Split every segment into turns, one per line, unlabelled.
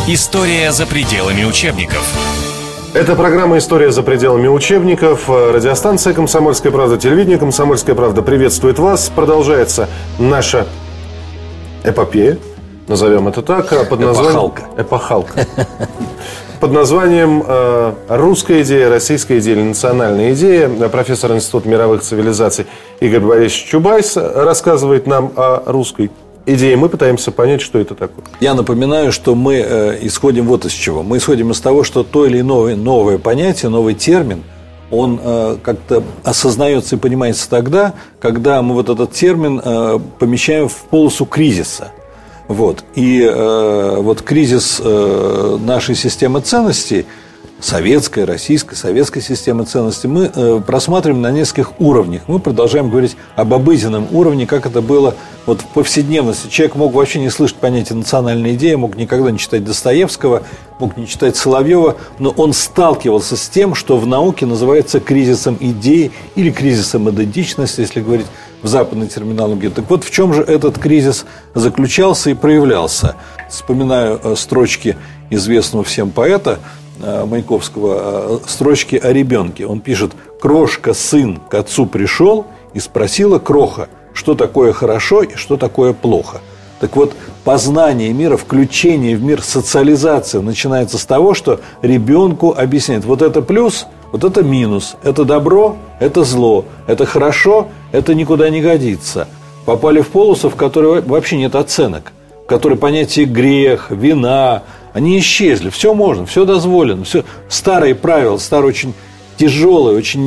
История за пределами учебников.
Это программа «История за пределами учебников». Радиостанция «Комсомольская правда», телевидение «Комсомольская правда» приветствует вас. Продолжается наша эпопея, назовем это так, под названием... Эпохалка. Под названием «Русская идея, российская идея или национальная идея». Профессор Института мировых цивилизаций Игорь Борисович Чубайс рассказывает нам о русской идее. Мы пытаемся понять, что это такое.
Я напоминаю, что мы исходим вот из чего. Мы исходим из того, что то или иное новое понятие, новый термин, он как-то осознается и понимается тогда, когда мы вот этот термин помещаем в полосу кризиса. Вот. И вот кризис нашей системы ценностей, советской, российской, советской системы ценностей, мы просматриваем на нескольких уровнях. Мы продолжаем говорить об обыденном уровне, как это было вот в повседневности. Человек мог вообще не слышать понятия национальной идеи, мог никогда не читать Достоевского, мог не читать Соловьева, но он сталкивался с тем, что в науке называется кризисом идей или кризисом идентичности, если говорить в западной терминологии. Так вот, в чем же этот кризис заключался и проявлялся? Вспоминаю строчки известного всем поэта Маяковского, строчки о ребенке. Он пишет: «Крошка, сын, к отцу пришел и спросила кроха, что такое хорошо и что такое плохо». Так вот, познание мира, включение в мир, социализация начинается с того, что ребенку объясняют: вот это плюс, вот это минус, это добро, это зло, это хорошо, это никуда не годится. Попали в полосу, в которой вообще нет оценок, в которой понятие грех, вина, они исчезли. Все можно, все дозволено. Все. Старые правила, старые очень тяжелые, очень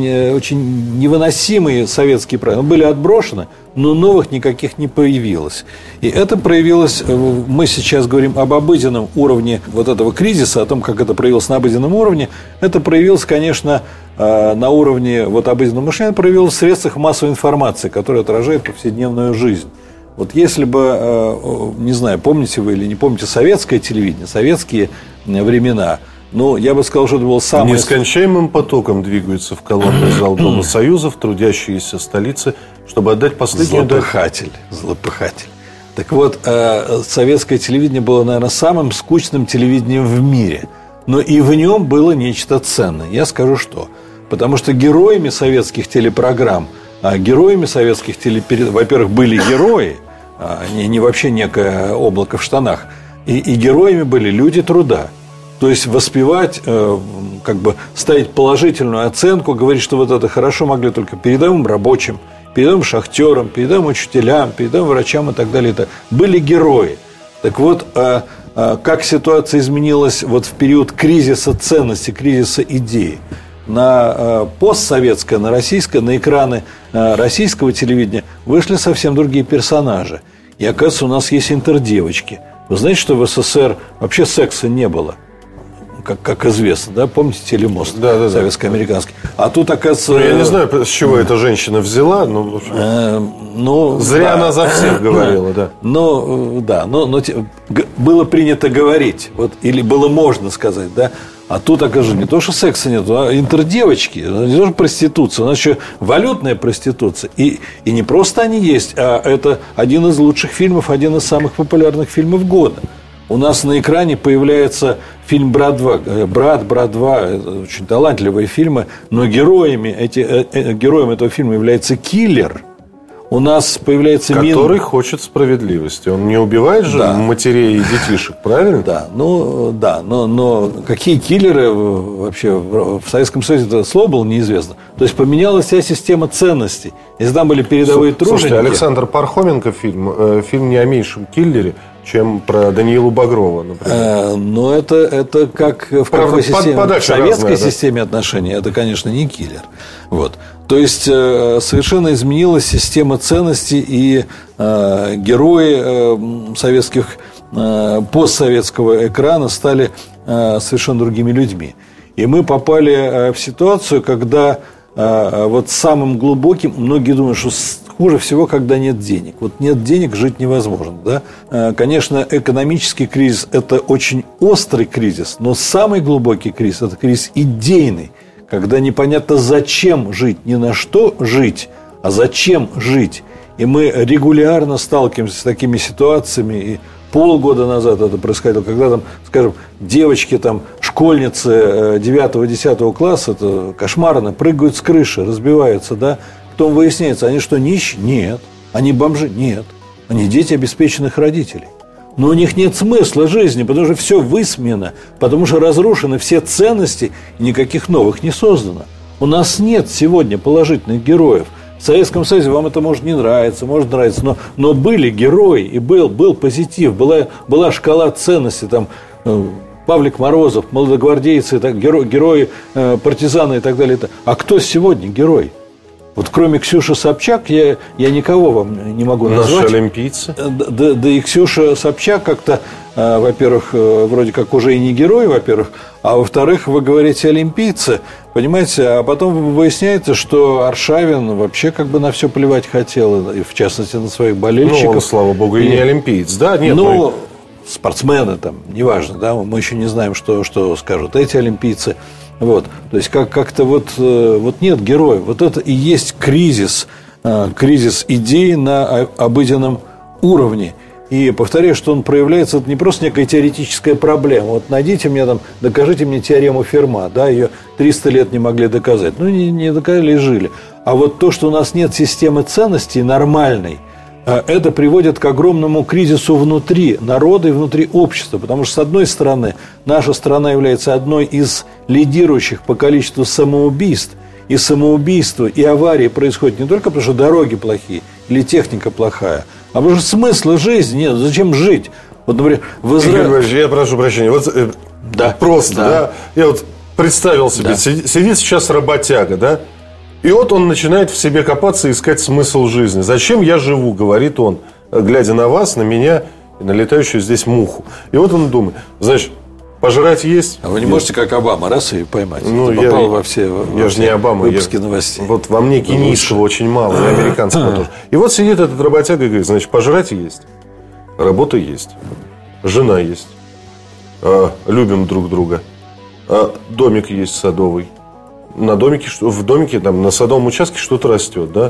невыносимые советские правила были отброшены, но новых никаких не появилось. И это проявилось, мы сейчас говорим об обыденном уровне вот этого кризиса, о том, как это проявилось на обыденном уровне. Это проявилось, конечно, на уровне вот обыденного мышления, проявилось в средствах массовой информации, которые отражают повседневную жизнь. Вот если бы, не знаю, помните вы или не помните советское телевидение, советские времена, ну, я бы сказал, что это было самое...
Нескончаемым потоком двигаются в колонный зал Дома Союзов трудящиеся столицы, чтобы отдать последнюю...
Злопыхатель. Так вот, советское телевидение было, наверное, самым скучным телевидением в мире. Но и в нем было нечто ценное. Я скажу, что. Потому что героями советских телепрограмм, во-первых, были герои, не вообще некое облако в штанах, и героями были люди труда. То есть воспевать, как бы ставить положительную оценку, говорить, что вот это хорошо, могли только передовым рабочим, передовым шахтерам, передовым учителям, передовым врачам и так далее. Это были герои. Так вот, как ситуация изменилась вот в период кризиса ценностей, кризиса идей. На постсоветское, на российское, на экраны российского телевидения вышли совсем другие персонажи. И, оказывается, у нас есть интердевочки. Вы знаете, что в СССР вообще секса не было? Как известно, да? Помните телемост советско-американский? А тут, оказывается...
Ну, я не знаю, с чего эта женщина взяла, но... Зря она за всех говорила, да.
Но было принято говорить, вот, или было можно сказать, да? А тут, оказывается, не то, что секса нет, а интердевочки, не то, что проституция, у нас еще валютная проституция. И не просто они есть, а это один из лучших фильмов, один из самых популярных фильмов года. У нас на экране появляется фильм «Брат 2». «Брат 2» – это очень талантливые фильмы, но героем этого фильма является киллер. У нас появляется
который хочет справедливости. Он не убивает же матерей и детишек, правильно?
Да, но какие киллеры вообще в Советском Союзе, это слово было неизвестно. То есть поменялась вся система ценностей. Если там были передовые труженики...
Слушайте, Александр Пархоменко фильм не о меньшем киллере, чем про Даниилу Багрова, например.
Но это как в какой системе? В советской системе отношений это, конечно, не киллер. Вот. То есть совершенно изменилась система ценностей, и герои советских постсоветского экрана стали совершенно другими людьми. И мы попали в ситуацию, когда вот самым глубоким, многие думают, что хуже всего, когда нет денег. Вот нет денег, жить невозможно. Да? Конечно, экономический кризис – это очень острый кризис, но самый глубокий кризис – это кризис идейный, когда непонятно, зачем жить, не на что жить, а зачем жить. И мы регулярно сталкиваемся с такими ситуациями, и полгода назад это происходило, когда там, скажем, девочки, там, школьницы 9-10 класса, это кошмарно, прыгают с крыши, разбиваются, да, потом выясняется, они что, нищие? Нет. Они бомжи? Нет. Они дети обеспеченных родителей. Но у них нет смысла жизни, потому что все высмеяно, потому что разрушены все ценности, и никаких новых не создано. У нас нет сегодня положительных героев. В Советском Союзе вам это может не нравиться, может нравиться, но были герои, и был позитив, была шкала ценностей, там, Павлик Морозов, молодогвардейцы, герои, партизаны и так далее. А кто сегодня герой? Вот кроме Ксюши Собчак, я никого вам не могу назвать.
Наши олимпийцы.
Да и Ксюша Собчак как-то, во-первых, вроде как уже и не герой, во-первых, а во-вторых, вы говорите олимпийцы, понимаете, а потом выясняется, что Аршавин вообще как бы на все плевать хотел, и в частности на своих болельщиков.
Ну, он, слава богу, и не олимпиец, да? Нет,
ну, спортсмены там, неважно, да, мы еще не знаем, что скажут эти олимпийцы. Вот, то есть как-то вот нет героев. Вот это и есть кризис идей на обыденном уровне. И повторяю, что он проявляется, это не просто некая теоретическая проблема. Вот найдите мне там, докажите мне теорему Ферма, да, ее 300 лет не могли доказать. Ну, не доказали и жили. А вот то, что у нас нет системы ценностей нормальной, это приводит к огромному кризису внутри народа и внутри общества. Потому что, с одной стороны, наша страна является одной из лидирующих по количеству самоубийств. И самоубийства, и аварии происходят не только потому, что дороги плохие или техника плохая, а потому что смысла жизни нет. Зачем жить? Вот, например, в Израиле...
Я прошу прощения. Вот
да,
просто, да. Я вот представил себе,
да.
Сидит сейчас работяга, да? И вот он начинает в себе копаться и искать смысл жизни. «Зачем я живу?» – говорит он, глядя на вас, на меня и на летающую здесь муху. И вот он думает, значит, пожрать есть?
А вы не можете, как Обама, раз и поймать.
Ну,
это попало во все
же не Обама,
выпуски новостей.
Вот во мне кенийского очень мало, и американского тоже. И вот сидит этот работяга и говорит, значит, пожрать есть, работа есть, жена есть, любим друг друга, домик есть садовый. В домике, там, на садовом участке что-то растет, да?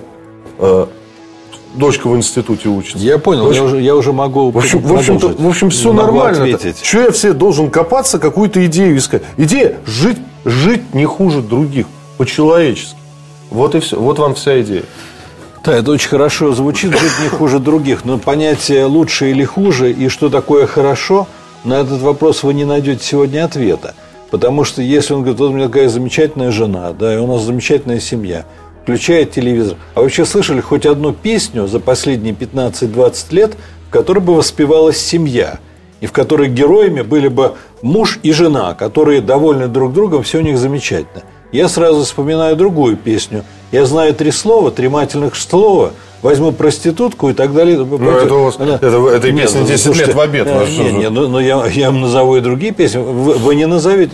Дочка в институте учится.
Я понял, я уже могу
в общем, все нормально. Чего я все должен копаться, какую-то идею искать? Идея жить не хуже других, по-человечески. Вот и все. Вот вам вся идея.
Да, это очень хорошо звучит, жить не хуже других. Но понятие лучше или хуже и что такое хорошо, на этот вопрос вы не найдете сегодня ответа. Потому что если он говорит, вот у меня такая замечательная жена, да, и у нас замечательная семья, включает телевизор. А вы вообще слышали хоть одну песню за последние 15-20 лет, в которой бы воспевалась семья, и в которой героями были бы муж и жена, которые довольны друг другом, все у них замечательно. Я сразу вспоминаю другую песню. Я знаю 3 слова, 3 матерных слова, возьму проститутку и так далее.
Ну, это песня 10 лет в обед.
Нет, но я вам назову и другие песни. Вы не назовете,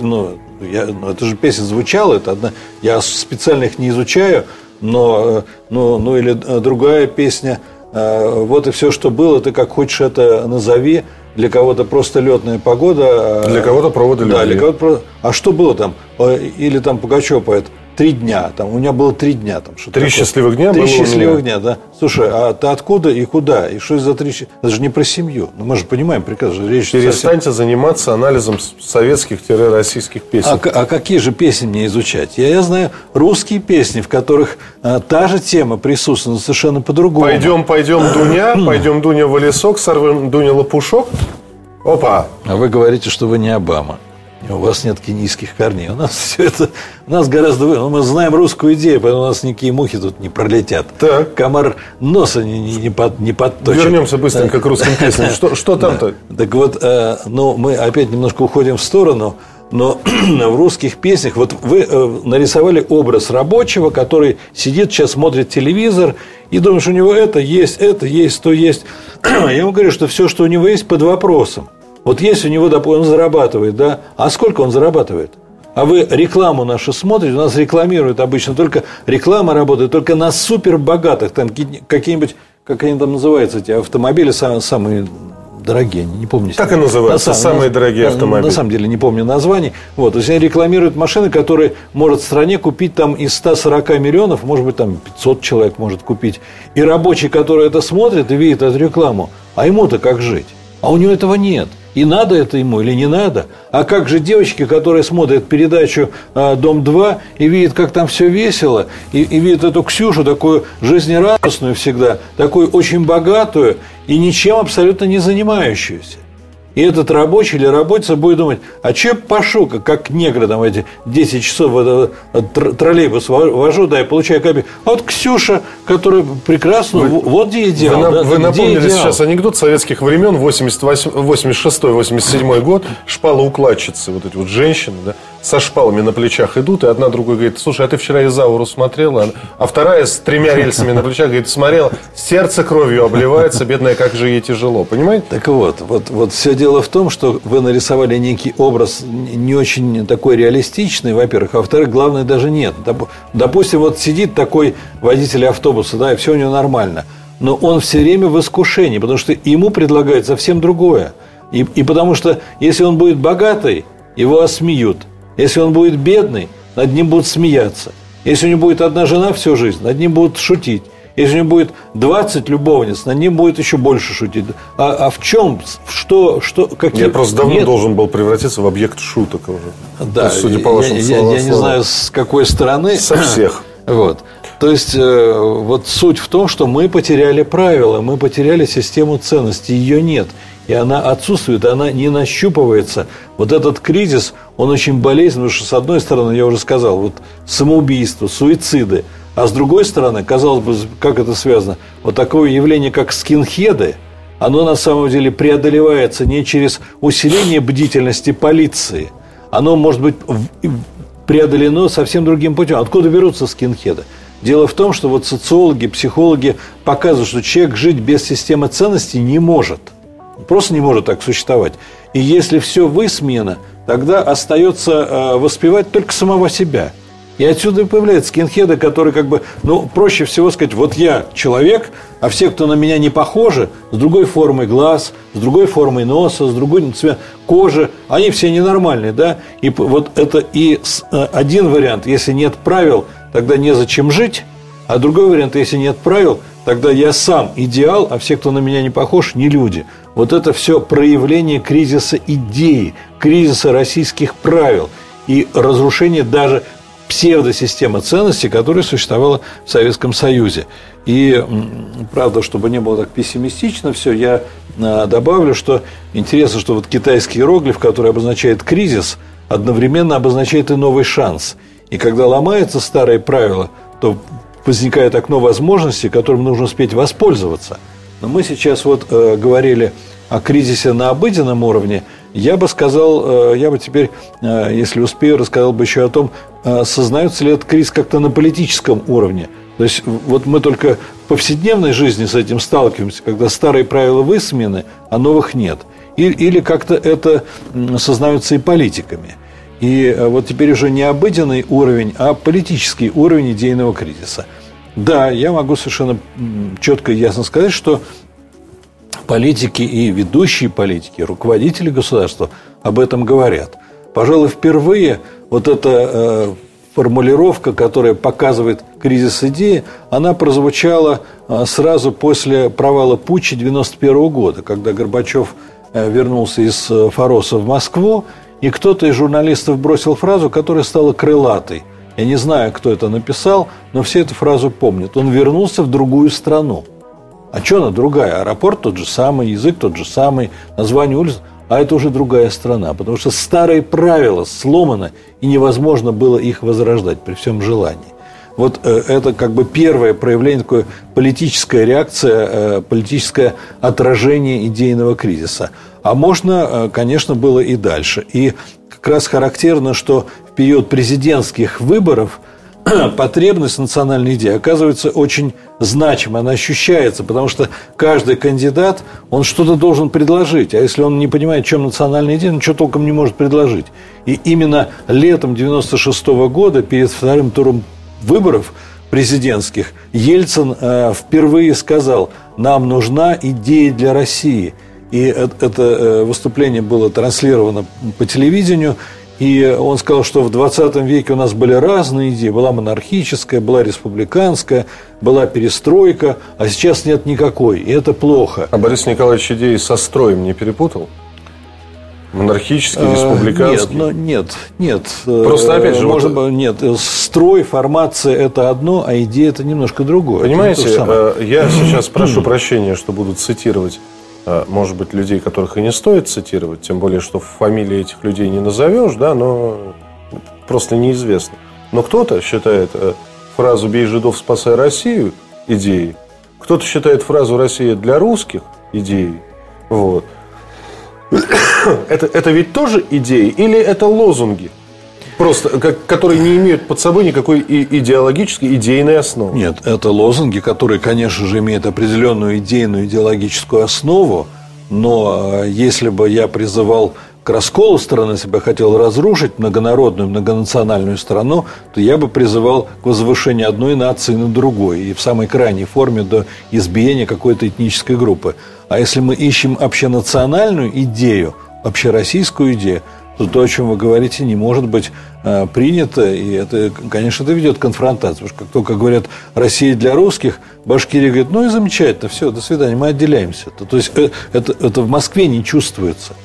это же песня звучала, это одна. Я специально их не изучаю, но или другая песня. Вот и все, что было, ты как хочешь это назови. Для кого-то просто летная погода.
Для кого-то проводы любви.
Да, для кого-то. А что было там? Или там Пугачев поет 3 дня. Там, у меня было 3 дня. Там,
3 счастливых дня
3
было
счастливых дня, да. Слушай, а ты откуда и куда? И что за 3? Это же не про семью. Ну, мы же понимаем прекрасно.
Перестаньте заниматься анализом советских-российских песен.
А какие же песни мне изучать? Я знаю русские песни, в которых та же тема присутствует, но совершенно по-другому.
Пойдем, Дуня, в лесок, сорвем, Дуня, лопушок. Опа!
А вы говорите, что вы не Обама. У вас нет кенийских корней. У нас все это... У нас гораздо... Мы знаем русскую идею, поэтому у нас никакие мухи тут не пролетят.
Так.
Комар носа не подточит.
Вернемся быстренько к русским песням. Что там-то?
Так вот, мы опять немножко уходим в сторону. Но в русских песнях... Вот вы нарисовали образ рабочего, который сидит, сейчас смотрит телевизор и думает, что у него это есть, то есть. Я ему говорю, что все, что у него есть, под вопросом. Вот есть у него, он зарабатывает, да? А сколько он зарабатывает? А вы рекламу нашу смотрите, у нас рекламируют обычно, только реклама работает только на супербогатых, там какие-нибудь, как они там называются, эти автомобили самые дорогие, не помню.
Так и называются, самые дорогие автомобили.
На самом деле не помню названий. Вот, то есть они рекламируют машины, которые может в стране купить там из 140 миллионов, может быть, там 500 человек может купить. И рабочий, который это смотрит и видит эту рекламу, а ему-то как жить? А у него этого нет. И надо это ему или не надо? А как же девочки, которые смотрят передачу «Дом-2» и видят, как там все весело, и видят эту Ксюшу, такую жизнерадостную всегда, такую очень богатую и ничем абсолютно не занимающуюся. И этот рабочий или работница будет думать, а че я пошел, как негры там эти 10 часов в этот троллейбус вожу, да, и получаю копейки. А вот Ксюша, которая прекрасно, вот где идеал.
Вы напомнили сейчас анекдот советских времен, 86-87 год, шпалоукладчицы, вот эти вот женщины, да, со шпалами на плечах идут, и одна другой говорит, слушай, а ты вчера Изауру смотрела? А вторая с 3 рельсами на плечах говорит, смотрела, сердце кровью обливается, бедная, как же ей тяжело, понимаете?
Так вот все дело в том, что вы нарисовали некий образ не очень такой реалистичный, во-первых, а во-вторых, главное даже нет. Допустим, вот сидит такой водитель автобуса, да, и все у него нормально, но он все время в искушении, потому что ему предлагают совсем другое. И потому что если он будет богатый, его осмеют. Если он будет бедный, над ним будут смеяться. Если у него будет одна жена всю жизнь, над ним будут шутить. Если у него будет 20 любовниц, над ним будет еще больше шутить. А в чем? Что? Какие?
Я просто давно должен был превратиться в объект шуток уже.
Да, есть, судя по вашим словам. Я не знаю, с какой стороны.
Со всех.
Вот. То есть, вот суть в том, что мы потеряли правила, мы потеряли систему ценностей, ее нет. И она отсутствует, она не нащупывается. Вот этот кризис, он очень болезненный, потому что, с одной стороны, я уже сказал, вот самоубийство, суициды. А с другой стороны, казалось бы, как это связано? Вот такое явление, как скинхеды, оно на самом деле преодолевается не через усиление бдительности полиции. Оно может быть преодолено совсем другим путем. Откуда берутся скинхеды? Дело в том, что вот социологи, психологи показывают, что человек жить без системы ценностей не может. Просто не может так существовать. И если все высмеяно, тогда остается воспевать только самого себя. И отсюда и появляются скинхеды, которые проще всего сказать, вот я человек, а все, кто на меня не похожи, с другой формой глаз, с другой формой носа, с другой цветом кожи, они все ненормальные, да? И вот это один вариант, если нет правил, тогда незачем жить, а другой вариант, если нет правил, тогда я сам идеал, а все, кто на меня не похож, не люди. Вот это все проявление кризиса идеи, кризиса российских правил и разрушение даже псевдосистемы ценностей, которая существовала в Советском Союзе. И, правда, чтобы не было так пессимистично все, я добавлю, что интересно, что вот китайский иероглиф, который обозначает кризис, одновременно обозначает и новый шанс. И когда ломаются старые правила, то возникает окно возможностей, которым нужно успеть воспользоваться. Но мы сейчас говорили о кризисе на обыденном уровне. Я бы сказал, я бы теперь, если успею, рассказал бы еще о том, осознается ли этот кризис как-то на политическом уровне. То есть вот мы только в повседневной жизни с этим сталкиваемся, когда старые правила высмеяны, а новых нет. Или как-то это осознается и политиками. И вот теперь уже не обыденный уровень, а политический уровень идейного кризиса. Да, я могу совершенно четко и ясно сказать, что политики и ведущие политики, руководители государства об этом говорят. Пожалуй, впервые вот эта формулировка, которая показывает кризис идеи, она прозвучала сразу после провала путча 1991 года, когда Горбачев вернулся из Фороса в Москву, и кто-то из журналистов бросил фразу, которая стала крылатой. Я не знаю, кто это написал, но все эту фразу помнят. Он вернулся в другую страну. А что она другая? Аэропорт тот же самый, язык тот же самый, название улиц, а это уже другая страна, потому что старые правила сломаны, и невозможно было их возрождать при всем желании. Вот это первое проявление, такое политическая реакция, политическое отражение идейного кризиса. А можно, конечно, было и дальше. И как раз характерно, что в период президентских выборов потребность национальной идеи оказывается очень значимой, она ощущается, потому что каждый кандидат, он что-то должен предложить, а если он не понимает, в чем национальная идея, он ничего толком не может предложить. И именно летом 1996 года, перед вторым туром выборов президентских, Ельцин впервые сказал: нам нужна идея для России. И это выступление было транслировано по телевидению, И он сказал, что в 20 веке у нас были разные идеи. Была монархическая, была республиканская, была перестройка, а сейчас нет никакой, и это плохо.
А Борис Николаевич идеи со строем не перепутал? Монархический, республиканский?
Нет.
Просто опять же...
Нет, строй, формация – это одно, а идея – это немножко другое.
Понимаете, я сейчас прошу прощения, что буду цитировать, может быть, людей, которых и не стоит цитировать, тем более, что фамилии этих людей не назовешь, да, но просто неизвестно. Но кто-то считает фразу «бей жидов, спасай Россию» идеей, кто-то считает фразу «Россия для русских» идеей. Вот. Это ведь тоже идеи или это лозунги? Просто, которые не имеют под собой никакой идеологической, идейной основы.
Нет, это лозунги, которые, конечно же, имеют определенную идейную, идеологическую основу. Но если бы я призывал к расколу страны, если бы я хотел разрушить многонародную, многонациональную страну, то я бы призывал к возвышению одной нации над другой. И в самой крайней форме до избиения какой-то этнической группы. А если мы ищем общенациональную идею, общероссийскую идею, то, о чем вы говорите, не может быть принято, и это, конечно, это ведет к конфронтации. Потому что как только говорят «Россия для русских», Башкирия говорит: ну и замечательно, все, до свидания, мы отделяемся. То есть это в Москве не чувствуется.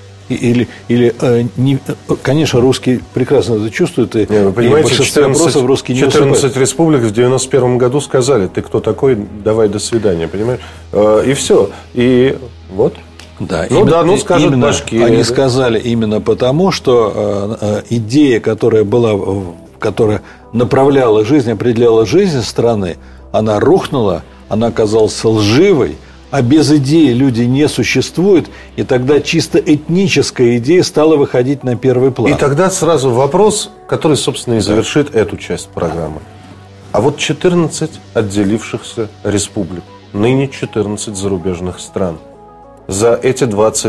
Конечно, русские прекрасно это чувствуют, и
вы понимаете,
в большинстве вопросов русские не
14 республик в 91 году сказали: ты кто такой, давай до свидания, понимаешь? И все, и вот.
Да,
скажут Башкирия.
Они сказали именно потому, что идея, которая направляла жизнь, определяла жизнь страны, она рухнула, она оказалась лживой, а без идеи люди не существуют, и тогда чисто этническая идея стала выходить на первый план.
И тогда сразу вопрос, который, собственно, и завершит эту часть программы. А вот 14 отделившихся республик, ныне 14 зарубежных стран, за эти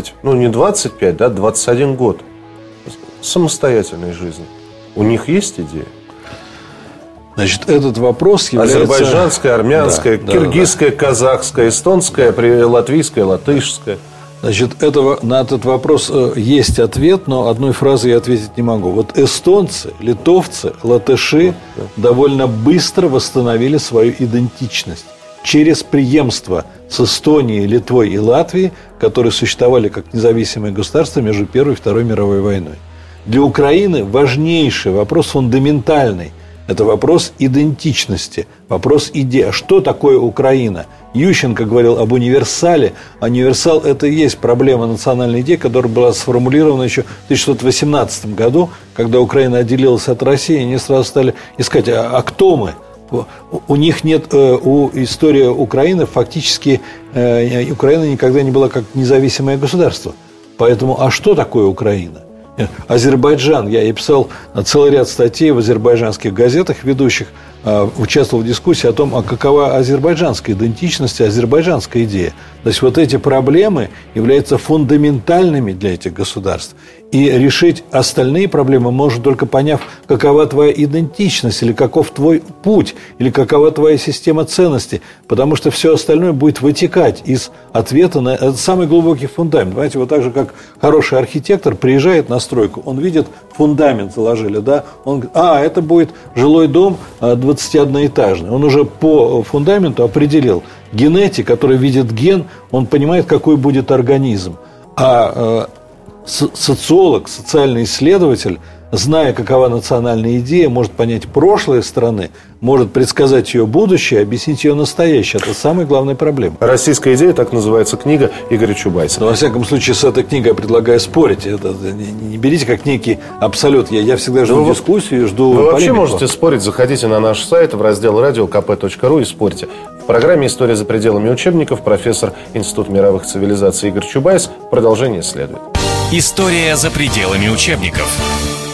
21 год самостоятельной жизни, у них есть идея?
Значит, этот вопрос является...
Азербайджанская, армянская, киргизская, казахская, эстонская, латвийская, латышская.
Значит, на этот вопрос есть ответ, но одной фразой я ответить не могу. Вот эстонцы, литовцы, латыши довольно быстро восстановили свою идентичность через преемство с Эстонией, Литвой и Латвией, которые существовали как независимые государства между Первой и Второй мировой войной. Для Украины важнейший вопрос, фундаментальный, это вопрос идентичности, вопрос идеи. А что такое Украина? Ющенко говорил об универсале. А универсал – это и есть проблема национальной идеи, которая была сформулирована еще в 1918 году, когда Украина отделилась от России, и они сразу стали искать, а кто мы? У них нет, у истории Украины фактически, Украина никогда не была как независимое государство. Поэтому, а что такое Украина? Азербайджан, я писал целый ряд статей в азербайджанских газетах ведущих, участвовал в дискуссии о том, а какова азербайджанская идентичность, азербайджанская идея. То есть вот эти проблемы являются фундаментальными для этих государств. И решить остальные проблемы можно только поняв, какова твоя идентичность, или каков твой путь, или какова твоя система ценностей. Потому что все остальное будет вытекать из ответа на этот самый глубокий фундамент. Понимаете, вот так же, как хороший архитектор приезжает на стройку, он видит, фундамент заложили, да, он говорит: это будет жилой дом 21-этажный. Он уже по фундаменту определил. Генетик, который видит ген, он понимает, какой будет организм. А социолог, социальный исследователь, зная, какова национальная идея, может понять прошлое страны, может предсказать ее будущее, объяснить ее настоящее. Это самая главная проблема.
«Российская идея», так называется книга Игоря Чубайса.
Но, во всяком случае, с этой книгой я предлагаю спорить. Это не берите как некий абсолют. Я всегда жду дискуссию, жду
полемику. Вы вообще
полемику.
можете спорить. Заходите на наш сайт в раздел radio.kp.ru и спорьте. В программе «История за пределами учебников» профессор Института мировых цивилизаций Игорь Чубайс. Продолжение следует.
История за пределами учебников.